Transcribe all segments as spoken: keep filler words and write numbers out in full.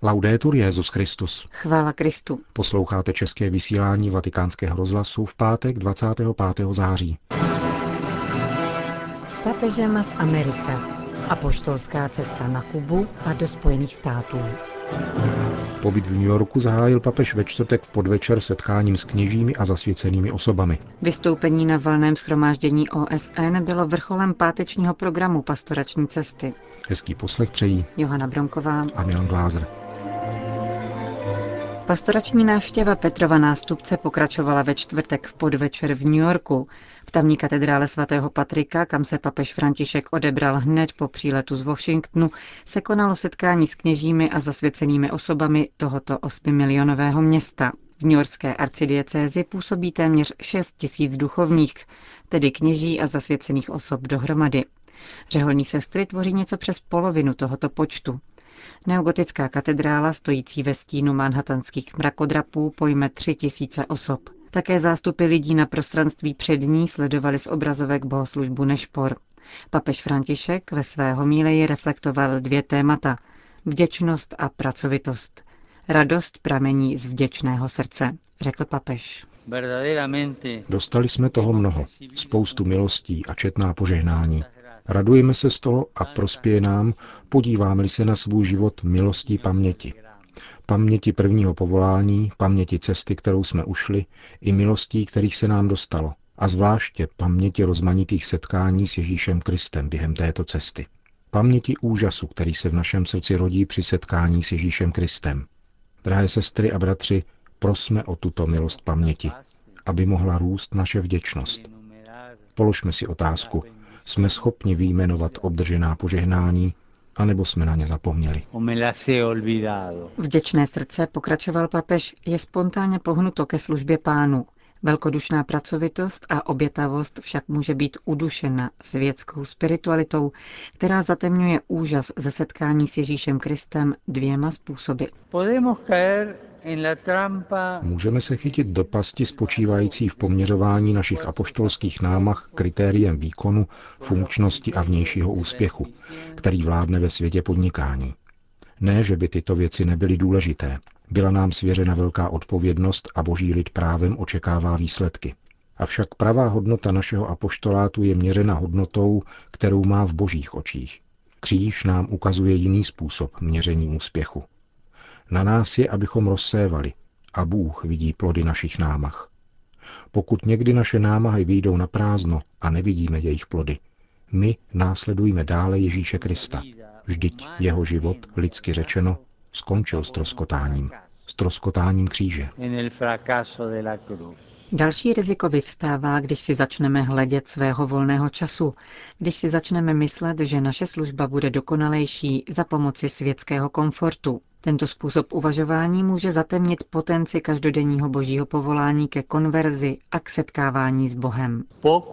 Laudetur Jesus Christus. Chvála Kristu. Posloucháte české vysílání Vatikánského rozhlasu v pátek dvacátého pátého září. S papežem v Americe. Apoštolská cesta na Kubu a do Spojených států. Pobyt v New Yorku zahájil papež ve čtvrtek v podvečer setkáním s kněžími a zasvěcenými osobami. Vystoupení na valném shromáždění O S N bylo vrcholem pátečního programu pastorační cesty. Hezký poslech přejí Johana Bronková a Milan Glázer. Pastorační návštěva Petrova nástupce pokračovala ve čtvrtek v podvečer v New Yorku. V tamní katedrále svatého Patrika, kam se papež František odebral hned po příletu z Washingtonu, se konalo setkání s kněžími a zasvěcenými osobami tohoto osmimilionového města. V newyorské arcidiecézi působí téměř šest tisíc duchovních, tedy kněží a zasvěcených osob dohromady. Řeholní sestry tvoří něco přes polovinu tohoto počtu. Neogotická katedrála, stojící ve stínu manhattanských mrakodrapů, pojme tři tisíce osob. Také zástupy lidí na prostranství před ní sledovali z obrazovek bohoslužbu Nešpor. Papež František ve své homílii reflektoval dvě témata – vděčnost a pracovitost. Radost pramení z vděčného srdce, řekl papež. Dostali jsme toho mnoho, spoustu milostí a četná požehnání. Radujeme se z toho a prospěje nám, podíváme-li se na svůj život milostí paměti. Paměti prvního povolání, paměti cesty, kterou jsme ušli, i milostí, kterých se nám dostalo. A zvláště paměti rozmanitých setkání s Ježíšem Kristem během této cesty. Paměti úžasu, který se v našem srdci rodí při setkání s Ježíšem Kristem. Drahé sestry a bratři, prosme o tuto milost paměti, aby mohla růst naše vděčnost. Položme si otázku, jsme schopni vyjmenovat obdržená požehnání, anebo jsme na ně zapomněli. Vděčné srdce, pokračoval papež, je spontánně pohnuto ke službě Pánu. Velkodušná pracovitost a obětavost však může být udušena světskou spiritualitou, která zatemňuje úžas ze setkání s Ježíšem Kristem dvěma způsoby. Můžeme se chytit do pasti spočívající v poměřování našich apoštolských námah kritériem výkonu, funkčnosti a vnějšího úspěchu, který vládne ve světě podnikání. Ne, že by tyto věci nebyly důležité. Byla nám svěřena velká odpovědnost a boží lid právem očekává výsledky. Avšak pravá hodnota našeho apoštolátu je měřena hodnotou, kterou má v božích očích. Kříž nám ukazuje jiný způsob měření úspěchu. Na nás je, abychom rozsévali, a Bůh vidí plody našich námah. Pokud někdy naše námahy vyjdou na prázdno a nevidíme jejich plody, my následujme dále Ježíše Krista. Vždyť jeho život, lidsky řečeno, skončil ztroskotáním. Ztroskotáním kříže. Další riziko vyvstává, když si začneme hledět svého volného času, když si začneme myslet, že naše služba bude dokonalejší za pomoci světského komfortu. Tento způsob uvažování může zatemnit potenci každodenního božího povolání ke konverzi a k setkávání s Bohem.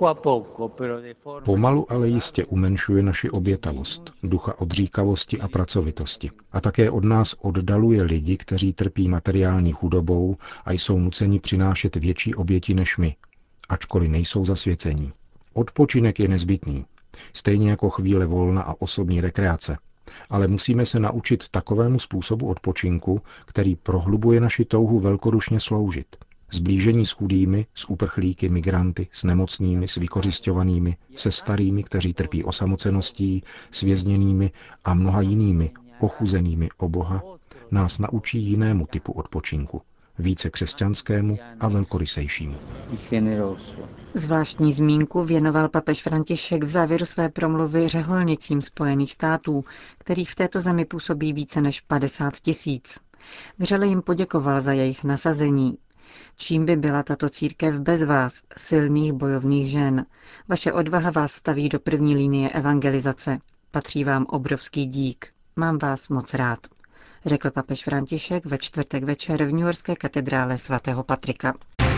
Pomalu, ale jistě umenšuje naši obětavost, ducha odříkavosti a pracovitosti. A také od nás oddaluje lidi, kteří trpí materiální chudobou a jsou nuceni přinášet větší oběti než my, ačkoliv nejsou zasvěcení. Odpočinek je nezbytný, stejně jako chvíle volna a osobní rekreace. Ale musíme se naučit takovému způsobu odpočinku, který prohlubuje naši touhu velkodušně sloužit. Zblížení s chudými, s uprchlíky, migranty, s nemocnými, s vykořisťovanými, se starými, kteří trpí osamoceností, s vězněnými a mnoha jinými, ochuzenými o Boha, nás naučí jinému typu odpočinku. Více křesťanskému a velkorysejšímu. Zvláštní zmínku věnoval papež František v závěru své promluvy řeholnicím Spojených států, kterých v této zemi působí více než padesát tisíc. Vřele jim poděkoval za jejich nasazení. Čím by byla tato církev bez vás, silných bojovných žen? Vaše odvaha vás staví do první linie evangelizace. Patří vám obrovský dík. Mám vás moc rád, řekl papež František ve čtvrtek večer v newyorské katedrále svatého Patrika.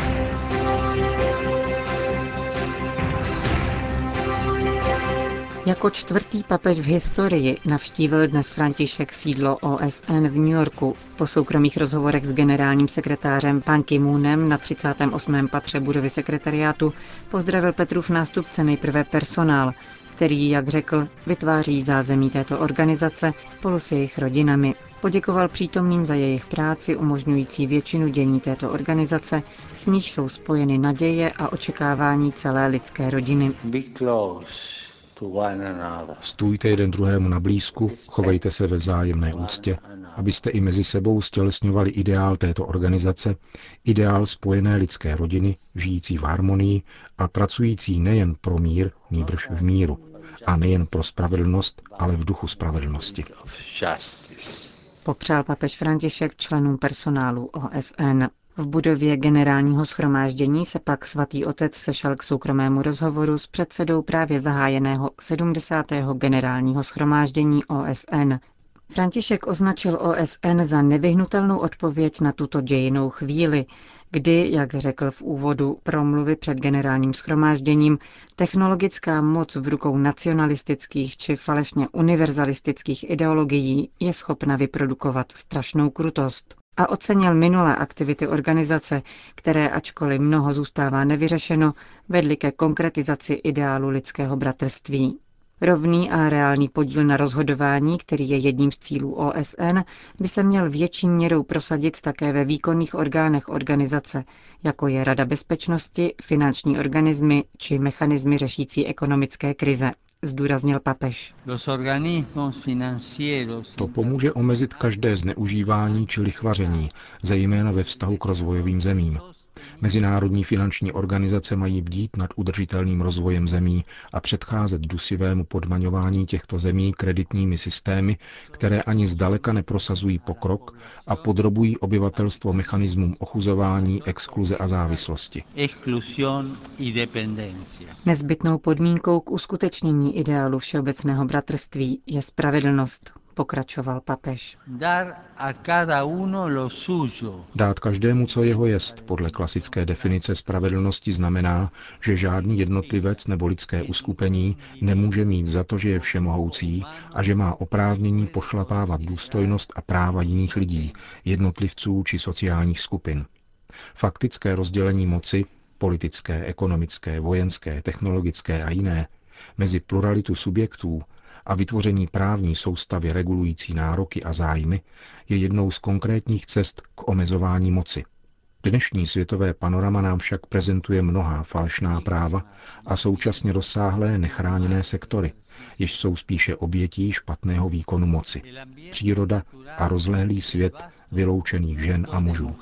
Jako čtvrtý papež v historii navštívil dnes František sídlo O S N v New Yorku. Po soukromých rozhovorech s generálním sekretářem Pan Ki-moonem na třicátém osmém patře budovy sekretariátu pozdravil Petrův nástupce nejprve personál, který, jak řekl, vytváří zázemí této organizace spolu s jejich rodinami. Poděkoval přítomným za jejich práci umožňující většinu dění této organizace, s níž jsou spojeny naděje a očekávání celé lidské rodiny. Stůjte jeden druhému na blízku, chovejte se ve vzájemné úctě, abyste i mezi sebou stělesňovali ideál této organizace, ideál spojené lidské rodiny, žijící v harmonii a pracující nejen pro mír, nýbrž v míru, a nejen pro spravedlnost, ale v duchu spravedlnosti. Popřál papež František členům personálu O S N. V budově generálního shromáždění se pak svatý otec sešel k soukromému rozhovoru s předsedou právě zahájeného sedmdesátého generálního shromáždění O S N. František označil O S N za nevyhnutelnou odpověď na tuto dějinnou chvíli, kdy, jak řekl v úvodu promluvy před generálním shromážděním, technologická moc v rukou nacionalistických či falešně univerzalistických ideologií je schopna vyprodukovat strašnou krutost. A ocenil minulé aktivity organizace, které, ačkoliv mnoho zůstává nevyřešeno, vedly ke konkretizaci ideálu lidského bratrství. Rovný a reálný podíl na rozhodování, který je jedním z cílů O S N, by se měl větší měrou prosadit také ve výkonných orgánech organizace, jako je Rada bezpečnosti, finanční organismy či mechanismy řešící ekonomické krize, zdůraznil papež. To pomůže omezit každé zneužívání či lichvaření, zejména ve vztahu k rozvojovým zemím. Mezinárodní finanční organizace mají bdít nad udržitelným rozvojem zemí a předcházet dusivému podmaňování těchto zemí kreditními systémy, které ani zdaleka neprosazují pokrok a podrobují obyvatelstvo mechanismům ochuzování, exkluze a závislosti. Nezbytnou podmínkou k uskutečnění ideálu všeobecného bratrství je spravedlnost, pokračoval papež. Dát každému, co jeho jest, podle klasické definice spravedlnosti znamená, že žádný jednotlivec nebo lidské uskupení nemůže mít za to, že je všemohoucí a že má oprávnění pošlapávat důstojnost a práva jiných lidí, jednotlivců či sociálních skupin. Faktické rozdělení moci, politické, ekonomické, vojenské, technologické a jiné, mezi pluralitu subjektů a vytvoření právní soustavy regulující nároky a zájmy je jednou z konkrétních cest k omezování moci. Dnešní světové panorama nám však prezentuje mnohá falešná práva a současně rozsáhlé nechráněné sektory, jež jsou spíše obětí špatného výkonu moci. Příroda a rozlehlý svět vyloučených žen a mužů.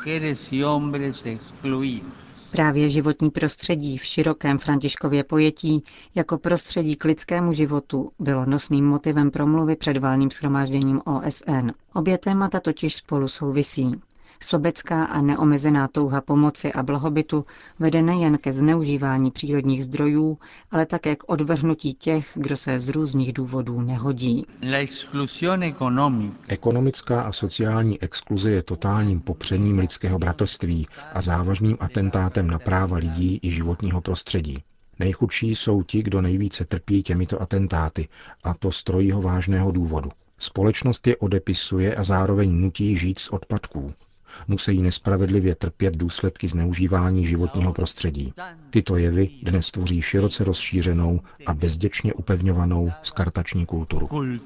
Právě životní prostředí v širokém Františkově pojetí jako prostředí k lidskému životu bylo nosným motivem promluvy před valným shromážděním O S N. Obě témata totiž spolu souvisí. Sobecká a neomezená touha pomoci a blahobytu vede nejen ke zneužívání přírodních zdrojů, ale také k odvrhnutí těch, kdo se z různých důvodů nehodí. Ekonomická a sociální exkluze je totálním popřením lidského bratrství a závažným atentátem na práva lidí i životního prostředí. Nejchudší jsou ti, kdo nejvíce trpí těmito atentáty, a to z trojího vážného důvodu. Společnost je odepisuje a zároveň nutí žít z odpadků. Musí nespravedlivě trpět důsledky zneužívání životního prostředí. Tyto jevy dnes tvoří široce rozšířenou a bezděčně upevňovanou skartační kulturu.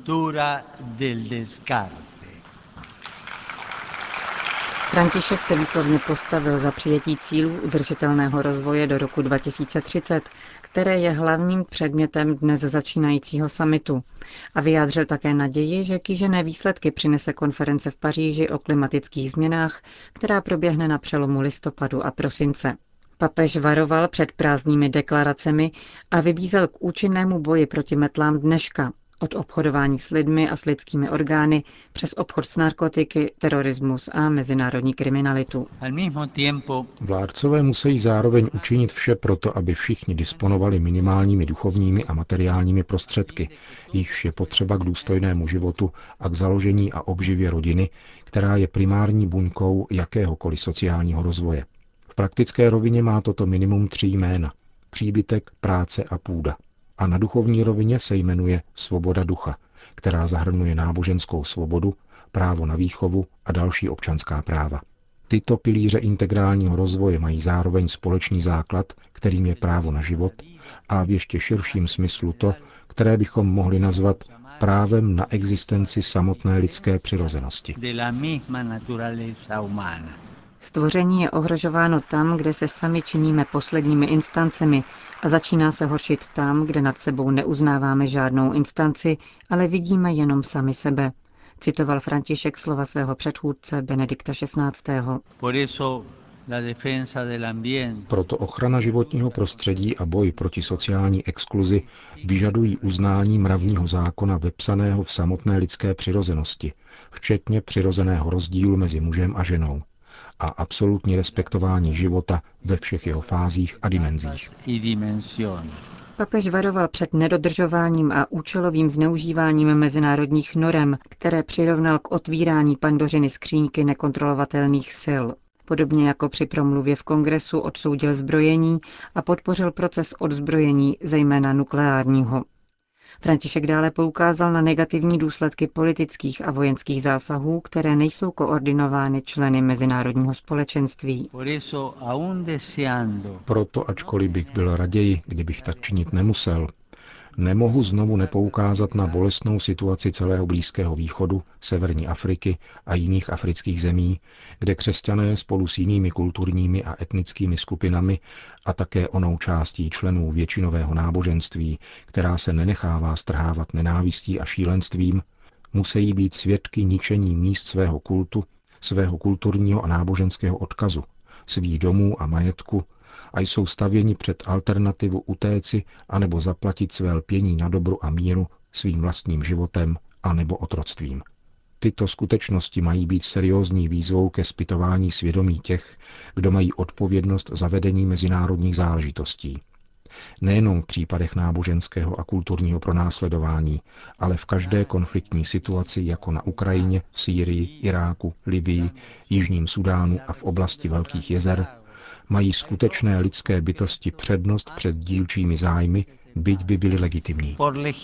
František se výslovně postavil za přijetí cílů udržitelného rozvoje do roku dva tisíce třicet, které je hlavním předmětem dnes začínajícího summitu, a vyjádřil také naději, že kýžené výsledky přinese konference v Paříži o klimatických změnách, která proběhne na přelomu listopadu a prosince. Papež varoval před prázdnými deklaracemi a vybízel k účinnému boji proti metlám dneška, od obchodování s lidmi a s lidskými orgány přes obchod s narkotiky, terorismus a mezinárodní kriminalitu. Vládcové musí zároveň učinit vše proto, aby všichni disponovali minimálními duchovními a materiálními prostředky, jichž je potřeba k důstojnému životu a k založení a obživě rodiny, která je primární buňkou jakéhokoliv sociálního rozvoje. V praktické rovině má toto minimum tři jména: příbytek, práce a půda. A na duchovní rovině se jmenuje svoboda ducha, která zahrnuje náboženskou svobodu, právo na výchovu a další občanská práva. Tyto pilíře integrálního rozvoje mají zároveň společný základ, kterým je právo na život, a v ještě širším smyslu to, které bychom mohli nazvat právem na existenci samotné lidské přirozenosti. Stvoření je ohrožováno tam, kde se sami činíme posledními instancemi a začíná se horšit tam, kde nad sebou neuznáváme žádnou instanci, ale vidíme jenom sami sebe. Citoval František slova svého předchůdce Benedikta šestnáctého. Proto ochrana životního prostředí a boj proti sociální exkluzi vyžadují uznání mravního zákona vepsaného v samotné lidské přirozenosti, včetně přirozeného rozdílu mezi mužem a ženou, a absolutní respektování života ve všech jeho fázích a dimenzích. Papež varoval před nedodržováním a účelovým zneužíváním mezinárodních norem, které přirovnal k otvírání Pandořiny skříňky nekontrolovatelných sil. Podobně jako při promluvě v kongresu odsoudil zbrojení a podpořil proces odzbrojení, zejména nukleárního. František dále poukázal na negativní důsledky politických a vojenských zásahů, které nejsou koordinovány členy mezinárodního společenství. Proto, ačkoliv bych byl raději, kdybych tak činit nemusel, nemohu znovu nepoukázat na bolestnou situaci celého Blízkého východu, severní Afriky a jiných afrických zemí, kde křesťané spolu s jinými kulturními a etnickými skupinami a také onou částí členů většinového náboženství, která se nenechává strhávat nenávistí a šílenstvím, musí být svědky ničení míst svého kultu, svého kulturního a náboženského odkazu, svých domů a majetku, a jsou stavěni před alternativu utéci anebo zaplatit své lpění na dobru a míru svým vlastním životem anebo otroctvím. Tyto skutečnosti mají být seriózní výzvou ke zpytování svědomí těch, kdo mají odpovědnost za vedení mezinárodních záležitostí. Nejenom v případech náboženského a kulturního pronásledování, ale v každé konfliktní situaci jako na Ukrajině, v Sýrii, Iráku, Libyi, Jižním Sudánu a v oblasti Velkých jezer, mají skutečné lidské bytosti přednost před dílčími zájmy, byť by byly legitimní.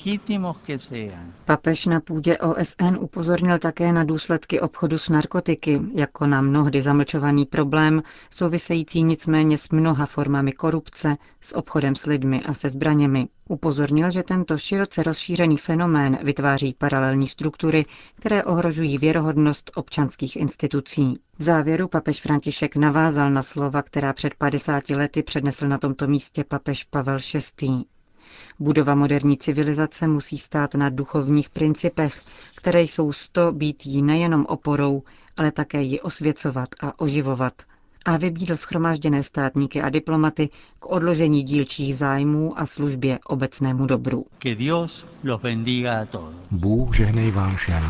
Papež na půdě O S N upozornil také na důsledky obchodu s narkotiky, jako na mnohdy zamlčovaný problém, související nicméně s mnoha formami korupce, s obchodem s lidmi a se zbraněmi. Upozornil, že tento široce rozšířený fenomén vytváří paralelní struktury, které ohrožují věrohodnost občanských institucí. V závěru papež František navázal na slova, která před padesáti lety přednesl na tomto místě papež Pavel šestý. Budova moderní civilizace musí stát na duchovních principech, které jsou sto být jí nejenom oporou, ale také ji osvěcovat a oživovat. A vybídl shromážděné státníky a diplomaty k odložení dílčích zájmů a službě obecnému dobru. Bůh žehnej vám všem.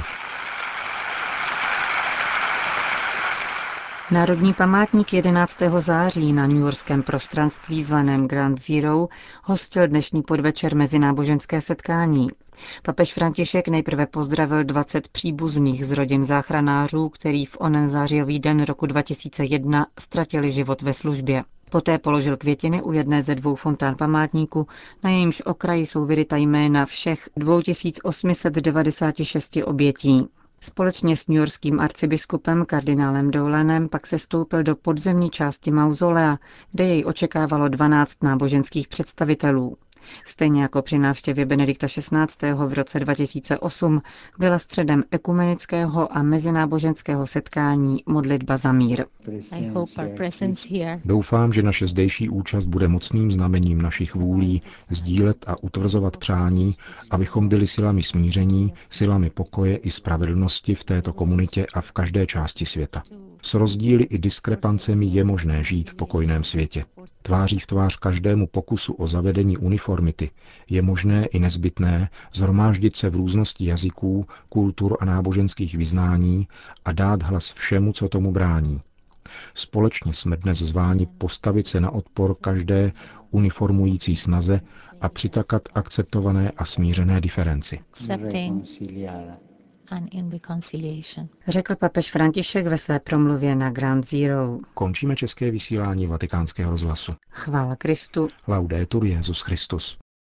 Národní památník jedenáctého září na newyorském prostranství zvaném Ground Zero hostil dnešní podvečer mezináboženské setkání. Papež František nejprve pozdravil dvacet příbuzných z rodin záchranářů, který v onen zářijový den roku dva tisíce jedna ztratili život ve službě. Poté položil květiny u jedné ze dvou fontán památníku, na jejímž okraji jsou vyryta jména všech dvě tisíce osm set devadesát šest obětí. Společně s newyorským arcibiskupem kardinálem Dolanem pak se stoupil do podzemní části mauzolea, kde jej očekávalo dvanáct náboženských představitelů. Stejně jako při návštěvě Benedikta šestnáctého v roce dva tisíce osm byla středem ekumenického a mezináboženského setkání modlitba za mír. Doufám, že naše zdejší účast bude mocným znamením našich vůlí sdílet a utvrzovat přání, abychom byli silami smíření, silami pokoje i spravedlnosti v této komunitě a v každé části světa. S rozdíly i diskrepancemi je možné žít v pokojném světě. Tváří v tvář každému pokusu o zavedení uniformity je možné i nezbytné shromáždit se v různosti jazyků, kultur a náboženských vyznání a dát hlas všemu, co tomu brání. Společně jsme dnes zváni postavit se na odpor každé uniformující snaze a přitakat akceptované a smířené diferenci. Řekl papež František ve své promluvě na Ground Zero. Končíme české vysílání Vatikánského rozhlasu. Chvála Kristu. Laudetur Jesus Christus.